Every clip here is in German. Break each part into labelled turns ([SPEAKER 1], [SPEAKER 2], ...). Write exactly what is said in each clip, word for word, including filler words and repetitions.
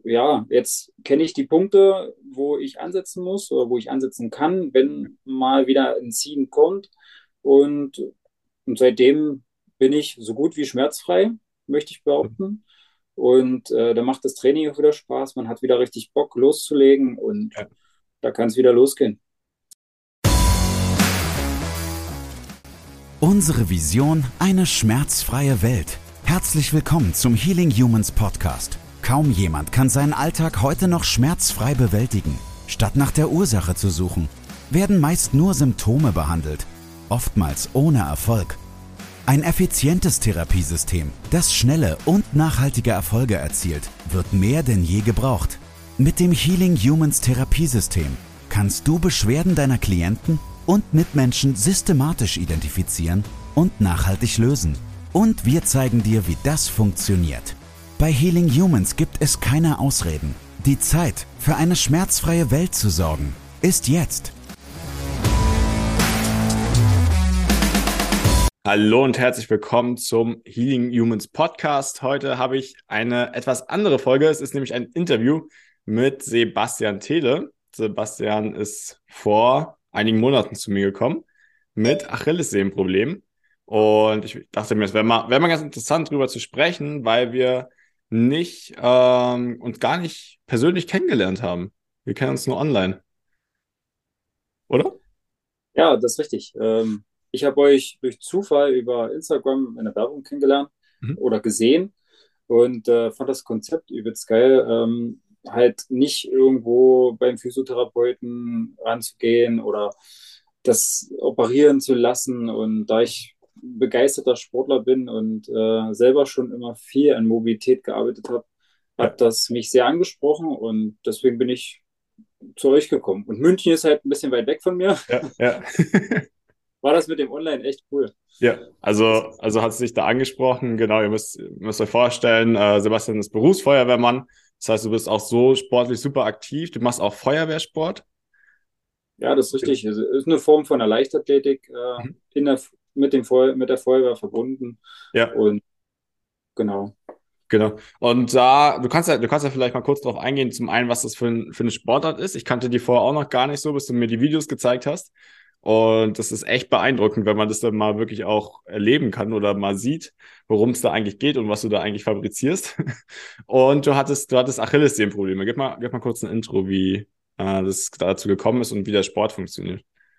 [SPEAKER 1] ja, jetzt kenne ich die Punkte, wo ich ansetzen muss oder wo ich ansetzen kann, wenn mal wieder ein Ziehen kommt. Und, und seitdem bin ich so gut wie schmerzfrei, möchte ich behaupten. Und äh, da macht das Training auch wieder Spaß. Man hat wieder richtig Bock loszulegen und
[SPEAKER 2] Ja.
[SPEAKER 1] da kann es wieder losgehen.
[SPEAKER 3] Unsere Vision: eine schmerzfreie Welt. Herzlich willkommen zum Healing Humans Podcast. Kaum jemand kann seinen Alltag heute noch schmerzfrei bewältigen. Statt nach der Ursache zu suchen, werden meist nur Symptome behandelt, oftmals ohne Erfolg. Ein effizientes Therapiesystem, das schnelle und nachhaltige Erfolge erzielt, wird mehr denn je gebraucht. Mit dem Healing Humans Therapiesystem kannst du Beschwerden deiner Klienten und Mitmenschen systematisch identifizieren und nachhaltig lösen. Und wir zeigen dir, wie das funktioniert. Bei Healing Humans gibt es keine Ausreden. Die Zeit, für eine schmerzfreie Welt zu sorgen, ist jetzt.
[SPEAKER 2] Hallo und herzlich willkommen zum Healing Humans Podcast. Heute habe ich eine etwas andere Folge. Es ist nämlich ein Interview mit Sebastian Thiele. Sebastian ist vor einigen Monaten zu mir gekommen mit Achillessehnenproblemen. Und ich dachte mir, es wäre mal, wäre mal ganz interessant, darüber zu sprechen, weil wir nicht ähm, uns gar nicht persönlich kennengelernt haben. Wir kennen uns nur online, oder?
[SPEAKER 1] Ja, das ist richtig. Ähm, ich habe euch durch Zufall über Instagram in der Werbung kennengelernt
[SPEAKER 2] Mhm.
[SPEAKER 1] oder gesehen und äh, fand das Konzept übelst geil. Ähm, halt nicht irgendwo beim Physiotherapeuten ranzugehen oder das operieren zu lassen. Und da ich begeisterter Sportler bin und äh, selber schon immer viel an Mobilität gearbeitet habe,
[SPEAKER 2] Ja,
[SPEAKER 1] hat das mich sehr angesprochen und deswegen bin ich zu euch gekommen. Und München ist halt ein bisschen weit weg von mir.
[SPEAKER 2] ja, ja.
[SPEAKER 1] War das mit dem Online echt cool.
[SPEAKER 2] Ja, also, also hat es sich da angesprochen. Genau, ihr müsst, müsst euch vorstellen, äh, Sebastian ist Berufsfeuerwehrmann. Das heißt, du bist auch so sportlich super aktiv. Du machst auch Feuerwehrsport.
[SPEAKER 1] Ja, das ist richtig. Es ist eine Form von der Leichtathletik äh,
[SPEAKER 2] Mhm.
[SPEAKER 1] in der, mit dem Feu mit der Feuerwehr verbunden.
[SPEAKER 2] Ja,
[SPEAKER 1] Und genau.
[SPEAKER 2] genau. Und da, du kannst ja, du kannst ja vielleicht mal kurz darauf eingehen, zum einen, was das für, ein, für eine Sportart ist. Ich kannte die vorher auch noch gar nicht so, bis du mir die Videos gezeigt hast. Und das ist echt beeindruckend, wenn man das dann mal wirklich auch erleben kann oder mal sieht, worum es da eigentlich geht und was du da eigentlich fabrizierst. Und du hattest, du hattest Achillessehnenprobleme. Gib mal, gib mal kurz ein Intro, wie äh, das dazu gekommen ist und wie der Sport funktioniert.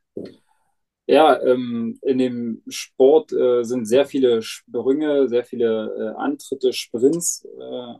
[SPEAKER 1] Ja, ähm, in dem Sport äh, sind sehr viele Sprünge, sehr viele äh, Antritte, Sprints, äh,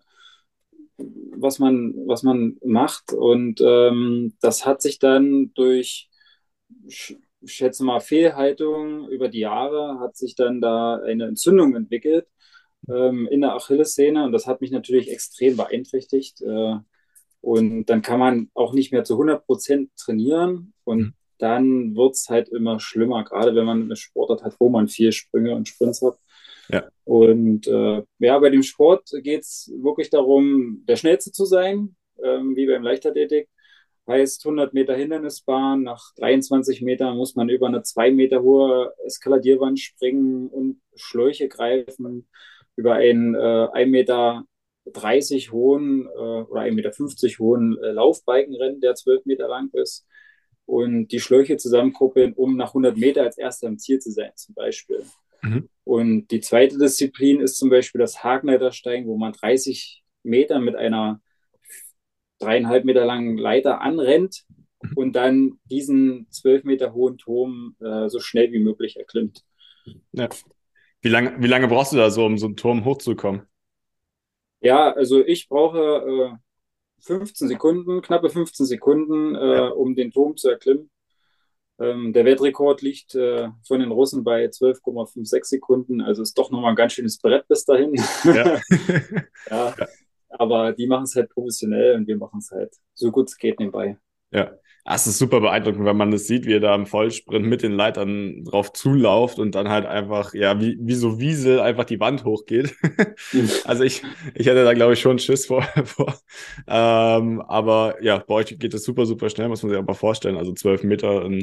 [SPEAKER 1] was man, was man macht. Und ähm, das hat sich dann durch, ich schätze mal, Fehlhaltung über die Jahre, hat sich dann da eine Entzündung entwickelt ähm, in der Achillessehne. Und das hat mich natürlich extrem beeinträchtigt. Äh, und dann kann man auch nicht mehr zu hundert Prozent trainieren.
[SPEAKER 2] Mhm.
[SPEAKER 1] Und dann wird es halt immer schlimmer, gerade wenn man eine Sportart hat, wo man vier Sprünge und Sprints hat.
[SPEAKER 2] Ja.
[SPEAKER 1] Und äh, ja, bei dem Sport geht es wirklich darum, der Schnellste zu sein, ähm, wie beim Leichtathletik. Heißt hundert Meter Hindernisbahn, nach dreiundzwanzig Metern muss man über eine zwei Meter hohe Eskaladierwand springen und Schläuche greifen, über einen äh, ein Meter dreißig hohen äh, oder ein Meter fünfzig hohen äh, Laufbalken rennen, der zwölf Meter lang ist und die Schläuche zusammenkuppeln, um nach hundert Meter als Erster im Ziel zu sein, zum Beispiel.
[SPEAKER 2] Mhm.
[SPEAKER 1] Und die zweite Disziplin ist zum Beispiel das Hakenleitersteigen, wo man dreißig Meter mit einer dreieinhalb Meter langen Leiter anrennt
[SPEAKER 2] Mhm.
[SPEAKER 1] und dann diesen zwölf Meter hohen Turm äh, so schnell wie möglich erklimmt.
[SPEAKER 2] Ja. Wie lange, wie lange brauchst du da so, um so einen Turm hochzukommen?
[SPEAKER 1] Ja, also ich brauche äh, fünfzehn Sekunden, knappe fünfzehn Sekunden,
[SPEAKER 2] Ja.
[SPEAKER 1] äh, um den Turm zu erklimmen. Ähm, der Weltrekord liegt äh, von den Russen bei zwölf Komma sechsundfünfzig Sekunden, also ist doch nochmal ein ganz schönes Brett bis dahin.
[SPEAKER 2] Ja.
[SPEAKER 1] Ja,
[SPEAKER 2] Ja.
[SPEAKER 1] aber die machen es halt professionell und wir machen es halt so gut es geht nebenbei.
[SPEAKER 2] Ja, ah, es ist super beeindruckend, wenn man das sieht, wie er da im Vollsprint mit den Leitern drauf zulauft und dann halt einfach, ja, wie, wie so Wiesel einfach die Wand hochgeht. Also ich, ich hätte da, glaube ich, schon Schiss vor. vor. Ähm, aber ja, bei euch geht es super, super schnell, muss man sich aber vorstellen. Also zwölf Meter in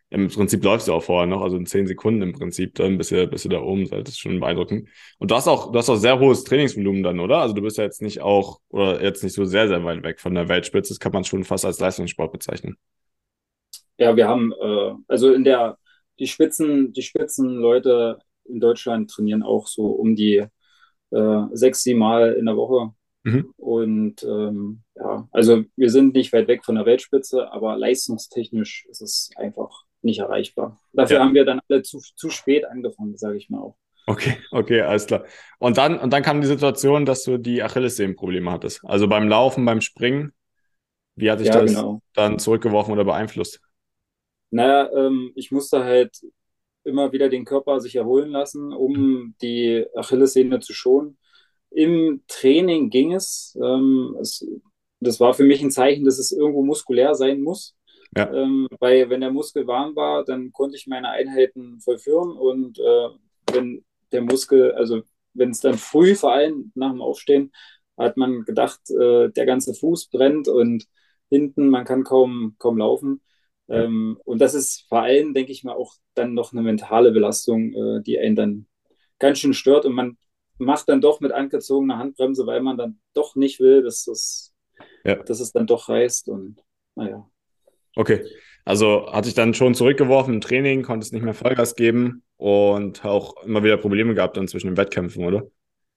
[SPEAKER 2] im Prinzip läufst du auch vorher noch, also in zehn Sekunden im Prinzip, dann bis ihr, bis ihr da oben seid. Das ist schon beeindruckend. Und du hast auch, du hast auch sehr hohes Trainingsvolumen dann, oder? Also du bist ja jetzt nicht auch, oder jetzt nicht so sehr, sehr weit weg von der Weltspitze. Das kann man schon fast als Leistungssport bezeichnen.
[SPEAKER 1] Ja, wir haben, äh, also in der, die Spitzen, die Spitzenleute in Deutschland trainieren auch so um die äh, sechs, sieben Mal in der Woche.
[SPEAKER 2] Mhm.
[SPEAKER 1] Und ähm, ja, also wir sind nicht weit weg von der Weltspitze, aber leistungstechnisch ist es einfach nicht erreichbar. Dafür
[SPEAKER 2] Ja.
[SPEAKER 1] haben wir dann alle zu, zu spät angefangen, sage ich mal auch.
[SPEAKER 2] Okay, okay, alles klar. Und dann, und dann kam die Situation, dass du die Achillessehnenprobleme hattest. Also beim Laufen, beim Springen, wie hat dich
[SPEAKER 1] Ja,
[SPEAKER 2] das
[SPEAKER 1] genau.
[SPEAKER 2] dann zurückgeworfen oder beeinflusst?
[SPEAKER 1] Naja, ähm, ich musste halt immer wieder den Körper sich erholen lassen, um die Achillessehne zu schonen. Im Training ging es. Ähm, es. Das war für mich ein Zeichen, dass es irgendwo muskulär sein muss.
[SPEAKER 2] Ja,
[SPEAKER 1] Ähm, weil wenn der Muskel warm war, dann konnte ich meine Einheiten vollführen. Und äh, wenn der Muskel, also wenn es dann früh, vor allem nach dem Aufstehen, hat man gedacht, äh, der ganze Fuß brennt und hinten, man kann kaum, kaum laufen.
[SPEAKER 2] ja,
[SPEAKER 1] Ähm, und das ist vor allem, denke ich mal, auch dann noch eine mentale Belastung, äh, die einen dann ganz schön stört. Und man macht dann doch mit angezogener Handbremse, weil man dann doch nicht will, dass, das,
[SPEAKER 2] ja.
[SPEAKER 1] dass es dann doch reißt. Und naja.
[SPEAKER 2] Okay. Also hat dich dann schon zurückgeworfen im Training, konntest nicht mehr Vollgas geben und auch immer wieder Probleme gehabt dann zwischen den Wettkämpfen, oder?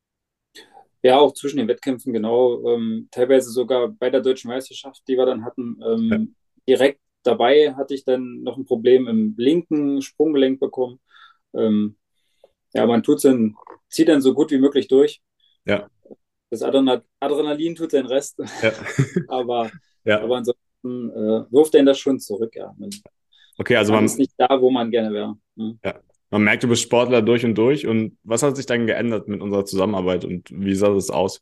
[SPEAKER 1] Ja, auch zwischen den Wettkämpfen, genau. Ähm, teilweise sogar bei der deutschen Meisterschaft, die wir dann hatten,
[SPEAKER 2] Ja,
[SPEAKER 1] ähm, direkt dabei hatte ich dann noch ein Problem im linken Sprunggelenk bekommen. Ähm, ja, man tut's dann, zieht dann so gut wie möglich durch.
[SPEAKER 2] ja,
[SPEAKER 1] Das Adrenal Adrenalin tut seinen Rest,
[SPEAKER 2] ja,
[SPEAKER 1] aber,
[SPEAKER 2] ja.
[SPEAKER 1] aber ansonsten äh, wirft einen das schon zurück, ja. Man,
[SPEAKER 2] Okay, also
[SPEAKER 1] man ist
[SPEAKER 2] man,
[SPEAKER 1] nicht da, wo man gerne wäre. Hm.
[SPEAKER 2] ja, man merkt, du bist Sportler durch und durch. Und was hat sich dann geändert mit unserer Zusammenarbeit und wie sah das aus?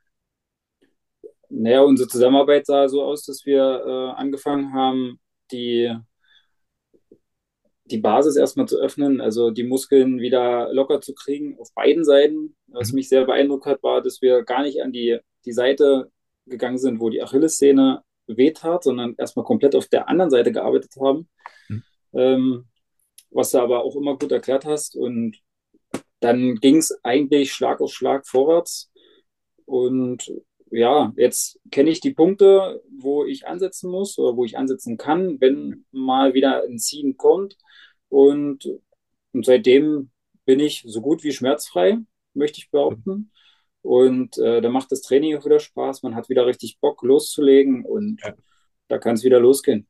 [SPEAKER 1] Naja, unsere Zusammenarbeit sah so aus, dass wir äh, angefangen haben, die die Basis erstmal zu öffnen, also die Muskeln wieder locker zu kriegen auf beiden Seiten. Was
[SPEAKER 2] Mhm.
[SPEAKER 1] mich sehr beeindruckt hat, war, dass wir gar nicht an die, die Seite gegangen sind, wo die Achillessehne wehtat, sondern erstmal komplett auf der anderen Seite gearbeitet haben,
[SPEAKER 2] Mhm.
[SPEAKER 1] ähm, was du aber auch immer gut erklärt hast. Und dann ging es eigentlich Schlag auf Schlag vorwärts. Und ja, jetzt kenne ich die Punkte, wo ich ansetzen muss oder wo ich ansetzen kann, wenn mal wieder ein Ziehen kommt. Und, und seitdem bin ich so gut wie schmerzfrei, möchte ich behaupten. Und äh, da macht das Training auch wieder Spaß. Man hat wieder richtig Bock loszulegen und
[SPEAKER 2] Ja.
[SPEAKER 1] da kann es wieder losgehen.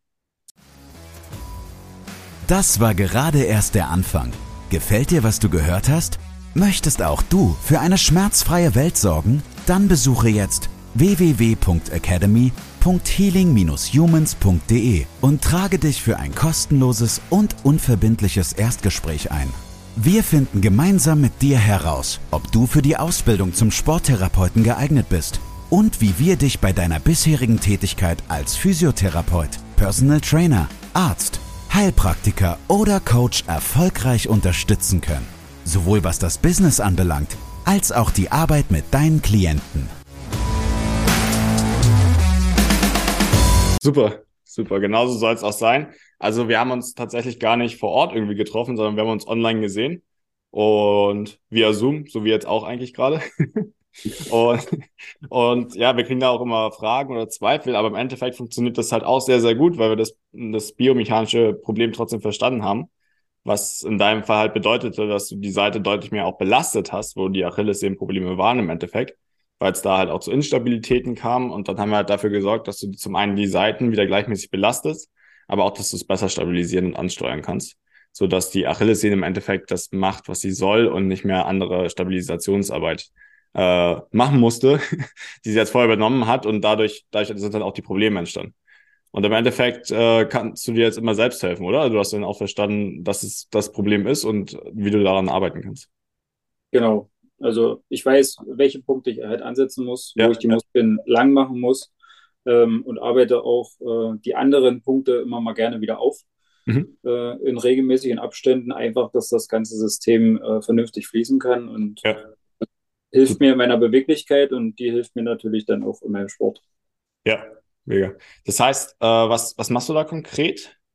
[SPEAKER 3] Das war gerade erst der Anfang. Gefällt dir, was du gehört hast? Möchtest auch du für eine schmerzfreie Welt sorgen? Dann besuche jetzt w w w punkt academy punkt healing dash humans punkt d e und trage dich für ein kostenloses und unverbindliches Erstgespräch ein. Wir finden gemeinsam mit dir heraus, ob du für die Ausbildung zum Sporttherapeuten geeignet bist und wie wir dich bei deiner bisherigen Tätigkeit als Physiotherapeut, Personal Trainer, Arzt, Heilpraktiker oder Coach erfolgreich unterstützen können. Sowohl was das Business anbelangt, als auch die Arbeit mit deinen Klienten.
[SPEAKER 2] Super, super. Genauso soll es auch sein. Also wir haben uns tatsächlich gar nicht vor Ort irgendwie getroffen, sondern wir haben uns online gesehen und via Zoom, so wie jetzt auch eigentlich gerade. Und, und ja, wir kriegen da auch immer Fragen oder Zweifel, aber im Endeffekt funktioniert das halt auch sehr, sehr gut, weil wir das, das biomechanische Problem trotzdem verstanden haben. Was in deinem Fall halt bedeutete, dass du die Seite deutlich mehr auch belastet hast, wo die Achillessehnenprobleme waren im Endeffekt, weil es da halt auch zu Instabilitäten kam. Und dann haben wir halt dafür gesorgt, dass du zum einen die Seiten wieder gleichmäßig belastest, aber auch, dass du es besser stabilisieren und ansteuern kannst, sodass die Achillessehne im Endeffekt das macht, was sie soll und nicht mehr andere Stabilisationsarbeit äh, machen musste, die sie jetzt vorher übernommen hat. Und dadurch, dadurch sind dann auch die Probleme entstanden. Und im Endeffekt äh, kannst du dir jetzt immer selbst helfen, oder? Du hast dann auch verstanden, dass es das Problem ist und wie du daran arbeiten kannst.
[SPEAKER 1] Genau. Also ich weiß, welche Punkte ich halt ansetzen muss, wo
[SPEAKER 2] Ja,
[SPEAKER 1] ich die
[SPEAKER 2] ja.
[SPEAKER 1] Muskeln lang machen muss, ähm, und arbeite auch äh, die anderen Punkte immer mal gerne wieder auf,
[SPEAKER 2] Mhm.
[SPEAKER 1] äh, in regelmäßigen Abständen, einfach, dass das ganze System äh, vernünftig fließen kann und
[SPEAKER 2] Ja,
[SPEAKER 1] hilft
[SPEAKER 2] super.
[SPEAKER 1] mir in meiner Beweglichkeit und die hilft mir natürlich dann auch in meinem Sport.
[SPEAKER 2] Ja, mega. Das heißt, äh, was, was machst du da konkret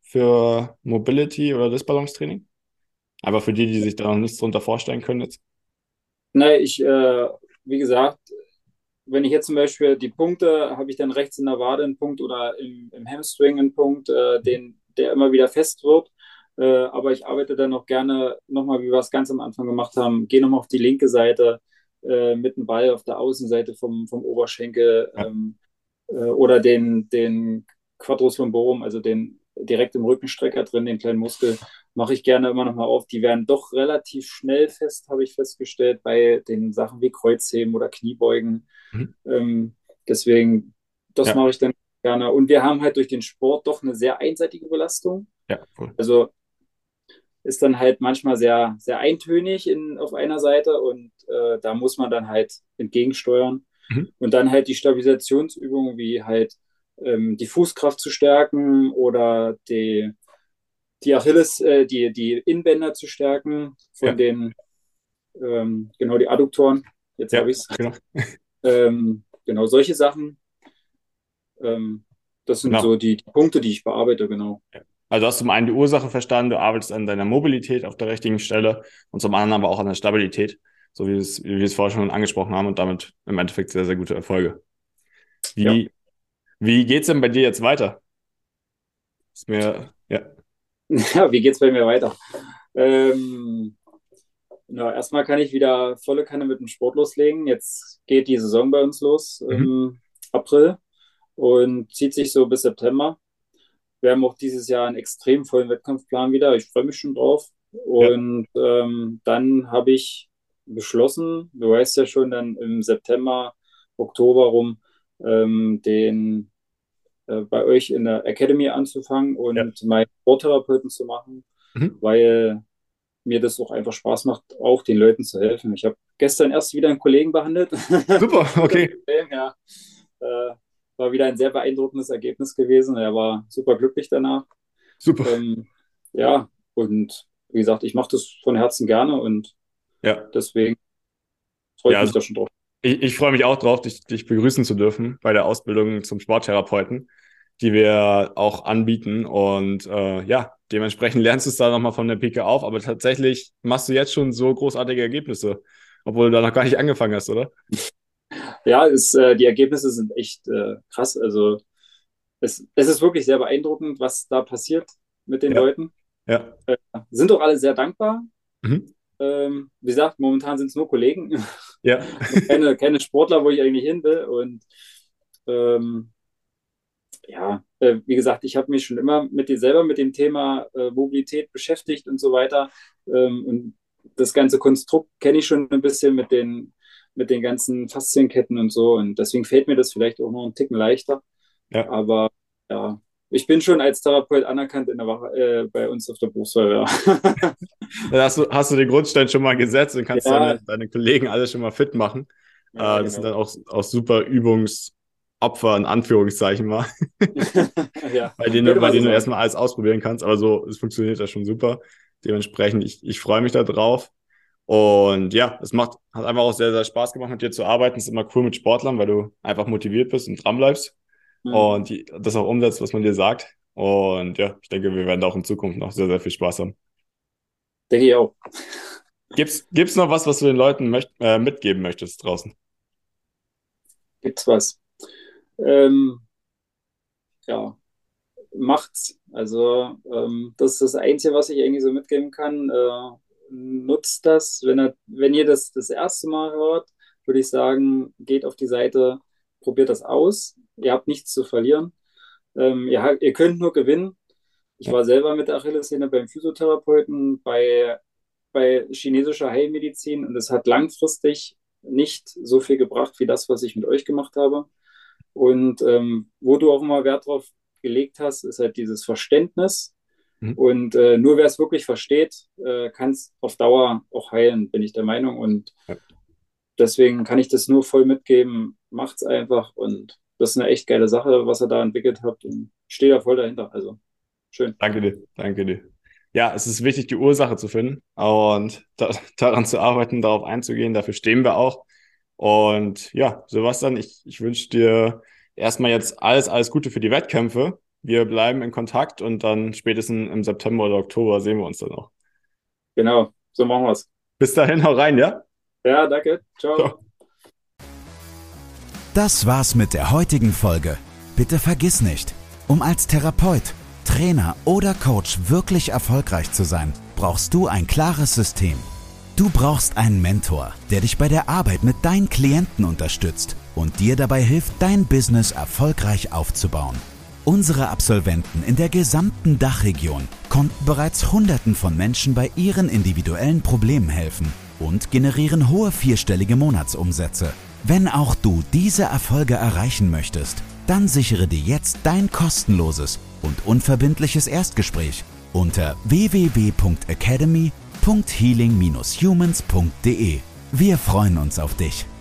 [SPEAKER 2] für Mobility oder Disbalance-Training? Aber für die, die sich da noch nichts drunter vorstellen können jetzt.
[SPEAKER 1] Nein, ich, äh, wie gesagt, wenn ich jetzt zum Beispiel die Punkte, habe ich dann rechts in der Wade einen Punkt oder im, im Hamstring einen Punkt, äh, den, der immer wieder fest wird. Äh, aber ich arbeite dann noch gerne nochmal, wie wir es ganz am Anfang gemacht haben, gehe nochmal auf die linke Seite äh, mit dem Ball auf der Außenseite vom, vom Oberschenkel
[SPEAKER 2] Ja.
[SPEAKER 1] ähm, äh, oder den, den Quadrus lumborum, also den direkt im Rückenstrecker drin, den kleinen Muskel, mache ich gerne immer nochmal auf. Die werden doch relativ schnell fest, habe ich festgestellt, bei den Sachen wie Kreuzheben oder Kniebeugen.
[SPEAKER 2] Mhm.
[SPEAKER 1] Ähm, deswegen, das
[SPEAKER 2] Ja.
[SPEAKER 1] mache ich dann gerne. Und wir haben halt durch den Sport doch eine sehr einseitige Belastung.
[SPEAKER 2] Ja, cool.
[SPEAKER 1] Also ist dann halt manchmal sehr, sehr eintönig in, auf einer Seite und äh, da muss man dann halt entgegensteuern.
[SPEAKER 2] Mhm.
[SPEAKER 1] Und dann halt die Stabilisationsübungen wie halt ähm, die Fußkraft zu stärken oder die, die Achilles, äh, die, die Innenbänder zu stärken von
[SPEAKER 2] Ja.
[SPEAKER 1] den, ähm, genau, die Adduktoren. Jetzt
[SPEAKER 2] Ja,
[SPEAKER 1] habe ich es.
[SPEAKER 2] genau.
[SPEAKER 1] Ähm, genau, solche Sachen. Ähm, das sind
[SPEAKER 2] Genau.
[SPEAKER 1] so die, die Punkte, die ich bearbeite, genau.
[SPEAKER 2] Also hast du zum einen die Ursache verstanden, du arbeitest an deiner Mobilität auf der richtigen Stelle und zum anderen aber auch an der Stabilität, so wie wir es, wie wir es vorher schon angesprochen haben und damit im Endeffekt sehr, sehr gute Erfolge. Wie,
[SPEAKER 1] Ja.
[SPEAKER 2] wie geht's denn bei dir jetzt weiter? Ist mir, ja.
[SPEAKER 1] Ja, wie geht's bei mir weiter? Ähm, na, erstmal kann ich wieder volle Kanne mit dem Sport loslegen. Jetzt geht die Saison bei uns los
[SPEAKER 2] Mhm.
[SPEAKER 1] im April und zieht sich so bis September. Wir haben auch dieses Jahr einen extrem vollen Wettkampfplan wieder. Ich freue mich schon drauf.
[SPEAKER 2] Ja,
[SPEAKER 1] Und ähm, dann habe ich beschlossen, du weißt ja schon, dann im September, Oktober rum, ähm, den äh, bei euch in der Academy anzufangen
[SPEAKER 2] ja.
[SPEAKER 1] und meinen Sporttherapeuten zu machen,
[SPEAKER 2] Mhm.
[SPEAKER 1] weil mir das auch einfach Spaß macht, auch den Leuten zu helfen. Ich habe gestern erst wieder einen Kollegen behandelt.
[SPEAKER 2] Super, okay.
[SPEAKER 1] Ja, äh, war wieder ein sehr beeindruckendes Ergebnis gewesen. Er war super glücklich danach.
[SPEAKER 2] Super.
[SPEAKER 1] Ähm, ja, und wie gesagt, ich mache das von Herzen gerne und
[SPEAKER 2] Ja,
[SPEAKER 1] deswegen freue
[SPEAKER 2] ja,
[SPEAKER 1] ich mich
[SPEAKER 2] also
[SPEAKER 1] da schon drauf.
[SPEAKER 2] ich, ich freue mich auch drauf, dich, dich begrüßen zu dürfen bei der Ausbildung zum Sporttherapeuten, die wir auch anbieten. Und äh, ja, dementsprechend lernst du es da nochmal von der Pike auf. Aber tatsächlich machst du jetzt schon so großartige Ergebnisse, obwohl du da noch gar nicht angefangen hast, oder?
[SPEAKER 1] Ja, es, äh, die Ergebnisse sind echt äh, krass. Also es, es ist wirklich sehr beeindruckend, was da passiert mit den
[SPEAKER 2] Ja,
[SPEAKER 1] Leuten.
[SPEAKER 2] ja.
[SPEAKER 1] Äh, sind doch alle sehr dankbar.
[SPEAKER 2] Mhm.
[SPEAKER 1] Ähm, wie gesagt, momentan sind es nur Kollegen,
[SPEAKER 2] Ja,
[SPEAKER 1] keine, keine Sportler, wo ich eigentlich hin will. Und ähm, ja, äh, wie gesagt, ich habe mich schon immer mit dir selber mit dem Thema äh, Mobilität beschäftigt und so weiter. Ähm, und das ganze Konstrukt kenne ich schon ein bisschen mit den, mit den ganzen Faszienketten und so. Und deswegen fällt mir das vielleicht auch noch einen Ticken leichter.
[SPEAKER 2] ja.
[SPEAKER 1] Aber ja, ich bin schon als Therapeut anerkannt in der Wache, äh, bei uns auf der Berufsfeuerwehr.
[SPEAKER 2] Dann hast du, hast du den Grundstein schon mal gesetzt und kannst
[SPEAKER 1] Ja,
[SPEAKER 2] deine, deine Kollegen alle schon mal fit machen.
[SPEAKER 1] ja,
[SPEAKER 2] Äh, das sind
[SPEAKER 1] genau.
[SPEAKER 2] dann auch, auch super Übungsopfer in Anführungszeichen mal,
[SPEAKER 1] Ja,
[SPEAKER 2] bei denen, du-
[SPEAKER 1] könnte
[SPEAKER 2] bei
[SPEAKER 1] man so
[SPEAKER 2] denen du
[SPEAKER 1] sagen.
[SPEAKER 2] erstmal alles ausprobieren kannst. Aber so, es funktioniert ja schon super. Dementsprechend, ich, ich freue mich da drauf. Und ja, es macht, hat einfach auch sehr, sehr Spaß gemacht, mit dir zu arbeiten. Es ist immer cool mit Sportlern, weil du einfach motiviert bist und dran bleibst
[SPEAKER 1] Hm.
[SPEAKER 2] und die, das auch umsetzt, was man dir sagt. Und ja, ich denke, wir werden da auch in Zukunft noch sehr, sehr viel Spaß haben.
[SPEAKER 1] Denke ich auch.
[SPEAKER 2] Gibt's, gibt's noch was, was du den Leuten möcht, äh, mitgeben möchtest draußen?
[SPEAKER 1] Gibt's was? Ähm, ja, macht's. Also, ähm, das ist das Einzige, was ich irgendwie so mitgeben kann. Äh, nutzt das. Wenn, er, wenn ihr das das erste Mal hört, würde ich sagen, geht auf die Seite, probiert das aus. Ihr habt nichts zu verlieren. Ähm, ihr, habt- ihr könnt nur gewinnen. Ich
[SPEAKER 2] Ja,
[SPEAKER 1] war selber mit der Achillessehne beim Physiotherapeuten, bei, bei chinesischer Heilmedizin und es hat langfristig nicht so viel gebracht wie das, was ich mit euch gemacht habe. Und ähm, wo du auch immer Wert drauf gelegt hast, ist halt dieses Verständnis.
[SPEAKER 2] mhm.
[SPEAKER 1] Und äh, nur wer es wirklich versteht, äh, kann es auf Dauer auch heilen, bin ich der Meinung. Und
[SPEAKER 2] Ja.
[SPEAKER 1] deswegen kann ich das nur voll mitgeben. Macht's einfach. Und das ist eine echt geile Sache, was ihr da entwickelt habt. Und ich stehe da voll dahinter. Also schön.
[SPEAKER 2] Danke dir, danke dir. Ja, es ist wichtig, die Ursache zu finden und da, daran zu arbeiten, darauf einzugehen. Dafür stehen wir auch. Und ja, Sebastian, ich, ich wünsche dir erstmal jetzt alles, alles Gute für die Wettkämpfe. wir bleiben in Kontakt und dann spätestens im September oder Oktober sehen wir uns dann noch.
[SPEAKER 1] Genau, so machen wir es.
[SPEAKER 2] Bis dahin, hau rein, ja?
[SPEAKER 1] Ja, danke. Ciao.
[SPEAKER 2] Ciao.
[SPEAKER 3] Das war's mit der heutigen Folge. Bitte vergiss nicht, um als Therapeut, Trainer oder Coach wirklich erfolgreich zu sein, brauchst du ein klares System. Du brauchst einen Mentor, der dich bei der Arbeit mit deinen Klienten unterstützt und dir dabei hilft, dein Business erfolgreich aufzubauen. Unsere Absolventen in der gesamten Dachregion konnten bereits Hunderten von Menschen bei ihren individuellen Problemen helfen und generieren hohe vierstellige Monatsumsätze. Wenn auch du diese Erfolge erreichen möchtest, dann sichere dir jetzt dein kostenloses und unverbindliches Erstgespräch unter w w w punkt academy punkt healing dash humans punkt de. Wir freuen uns auf dich.